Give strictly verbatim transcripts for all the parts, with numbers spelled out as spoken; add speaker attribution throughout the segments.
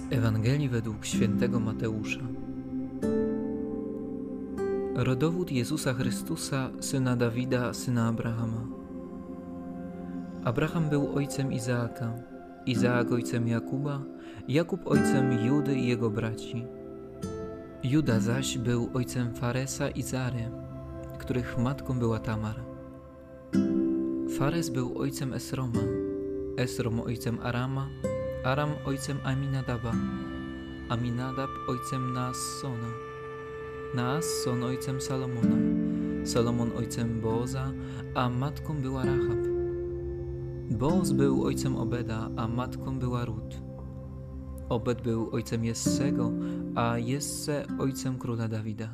Speaker 1: Ewangelii według świętego Mateusza. Rodowód Jezusa Chrystusa, syna Dawida, syna Abrahama. Abraham był ojcem Izaaka, Izaak ojcem Jakuba, Jakub ojcem Judy i jego braci. Juda zaś był ojcem Faresa i Zary, których matką była Tamar. Fares był ojcem Esroma, Esrom ojcem Arama, Aram ojcem Aminadaba, Aminadab ojcem Naassona, Naasson ojcem Salomona, Salomon ojcem Booza, a matką była Rahab. Booz był ojcem Obeda, a matką była Rut. Obed był ojcem Jessego, a Jesse ojcem króla Dawida.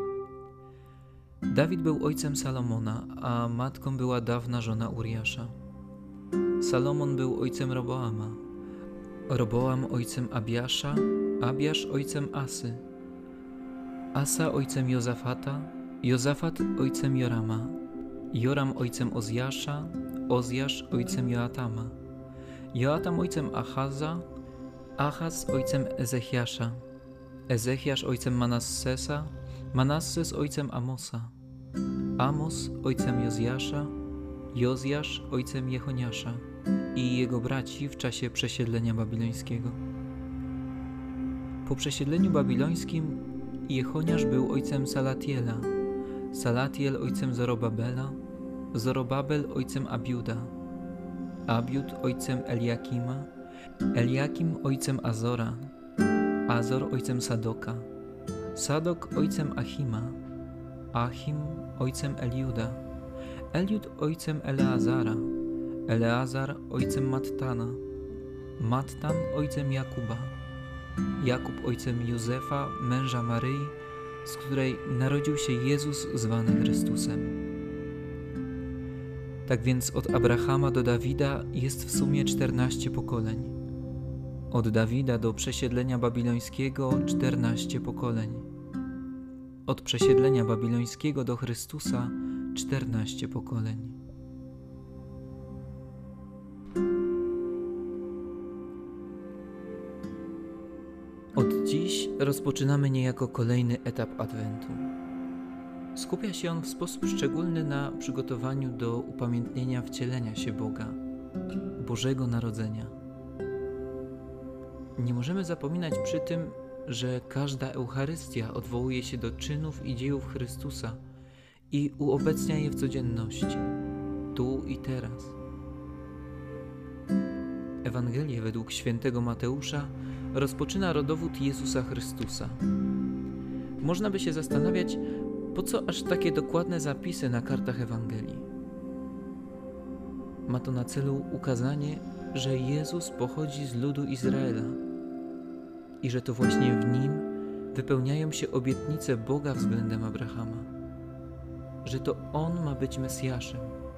Speaker 1: Dawid był ojcem Salomona, a matką była dawna żona Uriasza. Salomon był ojcem Roboama, Roboam ojcem Abiasza, Abiasz ojcem Asy, Asa ojcem Jozafata, Jozafat ojcem Jorama, Joram ojcem Ozjasza, Ozjasz ojcem Joatama, Joatam ojcem Achaza, Achaz ojcem Ezechiasza, Ezechiasz ojcem Manassesa, Manasses ojcem Amosa, Amos ojcem Jozjasza, Jozjasz ojcem Jechoniasza i jego braci w czasie przesiedlenia babilońskiego. Po przesiedleniu babilońskim Jechoniasz był ojcem Salatiela, Salatiel ojcem Zorobabela, Zorobabel ojcem Abiuda, Abiud ojcem Eliakima, Eliakim ojcem Azora, Azor ojcem Sadoka, Sadok ojcem Achima, Achim ojcem Eliuda, Eliud ojcem Eleazara, Eleazar ojcem Mattana, Mattan ojcem Jakuba, Jakub ojcem Józefa, męża Maryi, z której narodził się Jezus zwany Chrystusem. Tak więc od Abrahama do Dawida jest w sumie czternaście pokoleń. Od Dawida do przesiedlenia babilońskiego czternaście pokoleń. Od przesiedlenia babilońskiego do Chrystusa czternaście pokoleń. Od dziś rozpoczynamy niejako kolejny etap Adwentu. Skupia się on w sposób szczególny na przygotowaniu do upamiętnienia wcielenia się Boga, Bożego Narodzenia. Nie możemy zapominać przy tym, że każda Eucharystia odwołuje się do czynów i dziejów Chrystusa i uobecnia je w codzienności, tu i teraz. Ewangelię według świętego Mateusza rozpoczyna rodowód Jezusa Chrystusa. Można by się zastanawiać, po co aż takie dokładne zapisy na kartach Ewangelii. Ma to na celu ukazanie, że Jezus pochodzi z ludu Izraela i że to właśnie w Nim wypełniają się obietnice Boga względem Abrahama, że to On ma być Mesjaszem.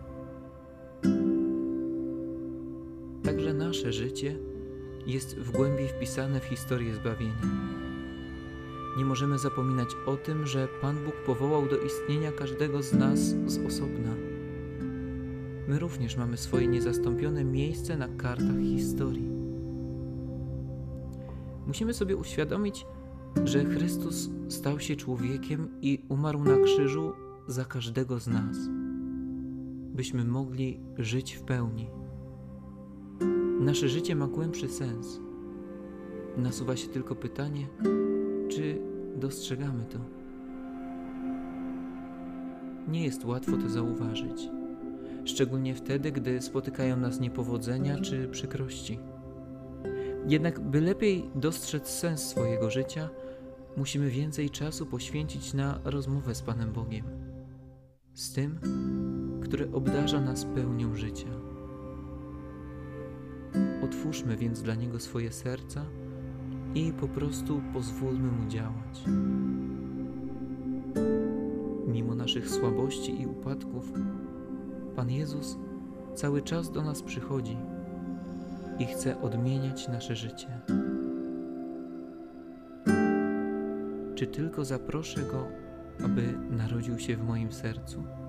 Speaker 1: Także nasze życie jest w głębi wpisane w historię zbawienia. Nie możemy zapominać o tym, że Pan Bóg powołał do istnienia każdego z nas z osobna. My również mamy swoje niezastąpione miejsce na kartach historii. Musimy sobie uświadomić, że Chrystus stał się człowiekiem i umarł na krzyżu za każdego z nas, byśmy mogli żyć w pełni. Nasze życie ma głębszy sens. Nasuwa się tylko pytanie, czy dostrzegamy to? Nie jest łatwo to zauważyć, szczególnie wtedy, gdy spotykają nas niepowodzenia czy przykrości. Jednak by lepiej dostrzec sens swojego życia, musimy więcej czasu poświęcić na rozmowę z Panem Bogiem, z tym, który obdarza nas pełnią życia. Otwórzmy więc dla Niego swoje serca i po prostu pozwólmy Mu działać. Mimo naszych słabości i upadków, Pan Jezus cały czas do nas przychodzi i chce odmieniać nasze życie. Czy tylko zaproszę Go, aby narodził się w moim sercu?